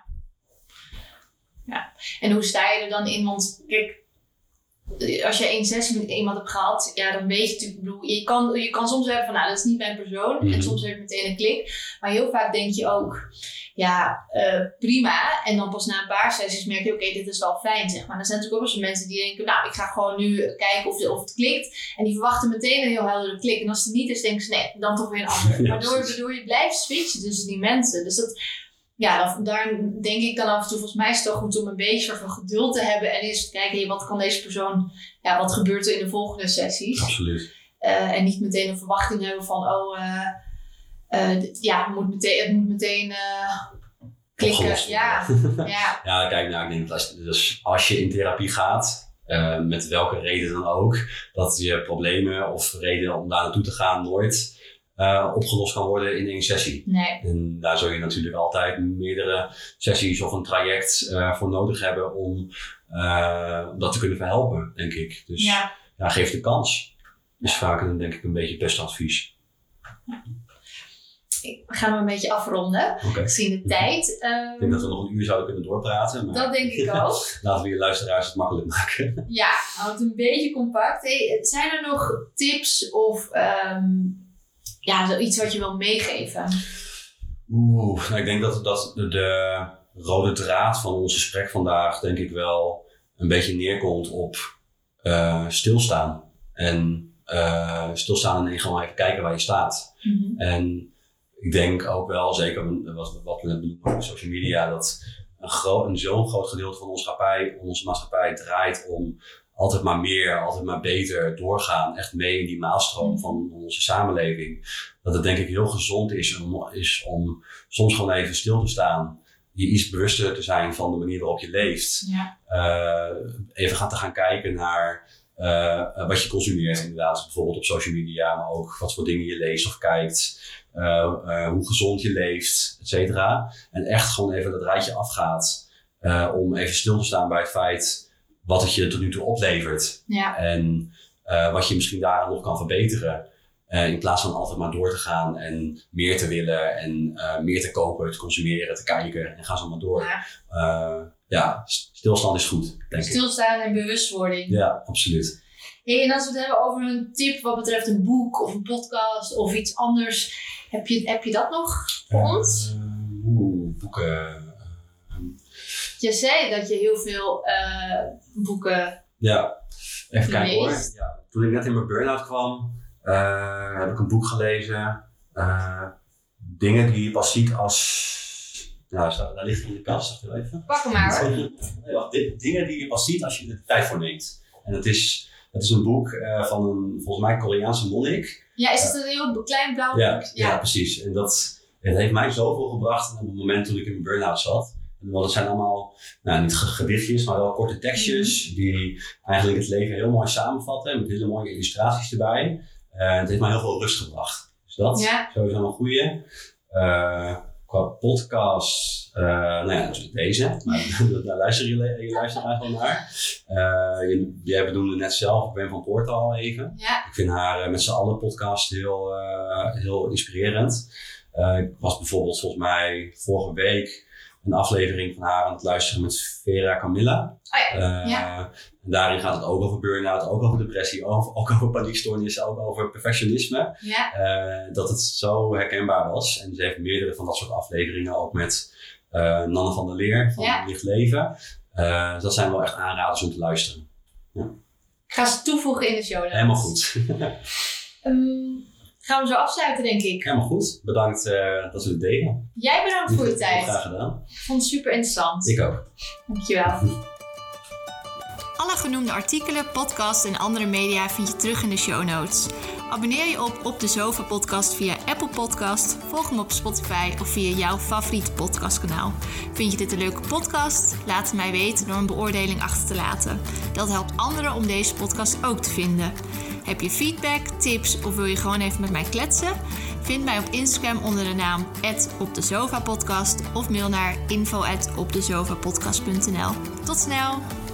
ja. En hoe sta je er dan in? Want kijk, als je één sessie met iemand hebt gehad, ja, dan weet je natuurlijk, bedoel, je kan, je kan soms hebben van, nou, dat is niet mijn persoon. Mm-hmm. En soms heb je meteen een klik. Maar heel vaak denk je ook, ja, uh, prima. En dan pas na een paar sessies merk je, oké, okay, dit is wel fijn, zeg maar. Dan zijn natuurlijk ook wel eens mensen die denken, nou, ik ga gewoon nu kijken of, de, of het klikt. En die verwachten meteen een heel heldere klik. En als het er niet is, denken ze, nee, dan toch weer een ander. Ja, waardoor, waardoor je blijft switchen tussen die mensen. Dus dat... Ja, dan, daar denk ik dan af en toe, volgens mij is het toch goed om een beetje van geduld te hebben. En eens te kijken, hey, wat kan deze persoon, ja, wat gebeurt er in de volgende sessies? Absoluut. Uh, en niet meteen een verwachting hebben van, oh, uh, uh, d- ja, het moet meteen, het moet meteen uh, klikken. Ja, ja. ja, kijk, nou, ik denk dat als, dus als je in therapie gaat, uh, met welke reden dan ook, dat je problemen of redenen om daar naartoe te gaan nooit Uh, opgelost kan worden in één sessie. Nee. En daar zul je natuurlijk altijd meerdere sessies of een traject uh, voor nodig hebben om uh, dat te kunnen verhelpen, denk ik. Dus ja. Ja, geef de kans. Dat is vaak een, denk ik een beetje het beste advies. We gaan hem een beetje afronden. Okay. Gezien de tijd. Um, ik denk dat we nog een uur zouden kunnen doorpraten. Maar dat denk ik ook. Laten we je luisteraars het makkelijk maken. Ja, houd het een beetje compact. Hey, zijn er nog tips of... Um, Ja, zoiets wat je wil meegeven. Oeh, nou, ik denk dat, dat de, de rode draad van ons gesprek vandaag denk ik wel een beetje neerkomt op uh, stilstaan. En uh, stilstaan en gewoon even kijken waar je staat. Mm-hmm. En ik denk ook wel, zeker wat, wat we net benoemen op social media, dat een, gro- een zo'n groot gedeelte van onze maatschappij, onze maatschappij draait om altijd maar meer, altijd maar beter doorgaan. Echt mee in die maalstroom van onze samenleving. Dat het denk ik heel gezond is om, is om soms gewoon even stil te staan. Je iets bewuster te zijn van de manier waarop je leeft. Ja. Uh, even gaan te gaan kijken naar uh, wat je consumeert inderdaad. Bijvoorbeeld op social media, maar ook wat voor dingen je leest of kijkt. Uh, uh, hoe gezond je leeft, et cetera. En echt gewoon even dat rijtje afgaat. Uh, om even stil te staan bij het feit wat het je tot nu toe oplevert. Ja. En uh, wat je misschien daar nog kan verbeteren. Uh, in plaats van altijd maar door te gaan en meer te willen en uh, meer te kopen, te consumeren, te kijken en ga zo maar door. Ja, uh, ja stilstand is goed, denk ik. Stilstaan en bewustwording. Ja, absoluut. Hey, en als we het hebben over een tip wat betreft een boek of een podcast of iets anders, heb je, heb je dat nog voor uh, ons? Oeh, boeken. Je zei dat je heel veel uh, boeken Ja, even kijken hoor. Ja, toen ik net in mijn burn-out kwam, uh, heb ik een boek gelezen. Uh, dingen die je pas ziet als... Nou, zo, daar ligt in de kast. Wacht even. Pak hem maar hoor. Nee, wacht, dingen die je pas ziet als je er tijd voor neemt. En dat is, dat is een boek uh, van een, volgens mij, Koreaanse monnik. Ja, is het een heel klein blauw boek? Ja, ja. ja, precies. En dat het heeft mij zoveel gebracht op het moment toen ik in mijn burn-out zat. Want het zijn allemaal, nou, niet gedichtjes, maar wel korte tekstjes die eigenlijk het leven heel mooi samenvatten met hele mooie illustraties erbij. Uh, het heeft mij heel veel rust gebracht. Dus dat ja. Sowieso een goeie. Uh, qua podcast, uh, nou ja, natuurlijk deze, maar daar luister je, je luistert eigenlijk wel naar. Uh, jij benoemde net zelf, ik ben van Poorten al even. Ja. Ik vind haar uh, met z'n allen podcast heel, uh, heel inspirerend. Uh, ik was bijvoorbeeld volgens mij vorige week een aflevering van haar aan het luisteren met Vera Camilla. Oh ja. Uh, ja. En daarin gaat het ook over burn-out, ook over depressie, ook, ook over paniekstoornissen, ook over perfectionisme. Ja. Uh, dat het zo herkenbaar was. En ze heeft meerdere van dat soort afleveringen, ook met uh, Nanne van der Leer van ja. Licht Leven. Uh, dus dat zijn wel echt aanraders om te luisteren. Ja. Ik ga ze toevoegen in de show notes. Helemaal goed. um, gaan we zo afsluiten, denk ik. Helemaal goed. Bedankt uh, dat we het deden. Jij bedankt voor je tijd. Graag gedaan. Ik vond het super interessant. Ik ook. Dankjewel. Alle genoemde artikelen, podcasts en andere media vind je terug in de show notes. Abonneer je op Op de Sofa podcast via Apple Podcast, volg hem op Spotify of via jouw favoriete podcastkanaal. Vind je dit een leuke podcast? Laat het mij weten door een beoordeling achter te laten. Dat helpt anderen om deze podcast ook te vinden. Heb je feedback, tips of wil je gewoon even met mij kletsen? Vind mij op Instagram onder de naam at opdesofapodcast of mail naar info at opdesofapodcast punt n l. Tot snel!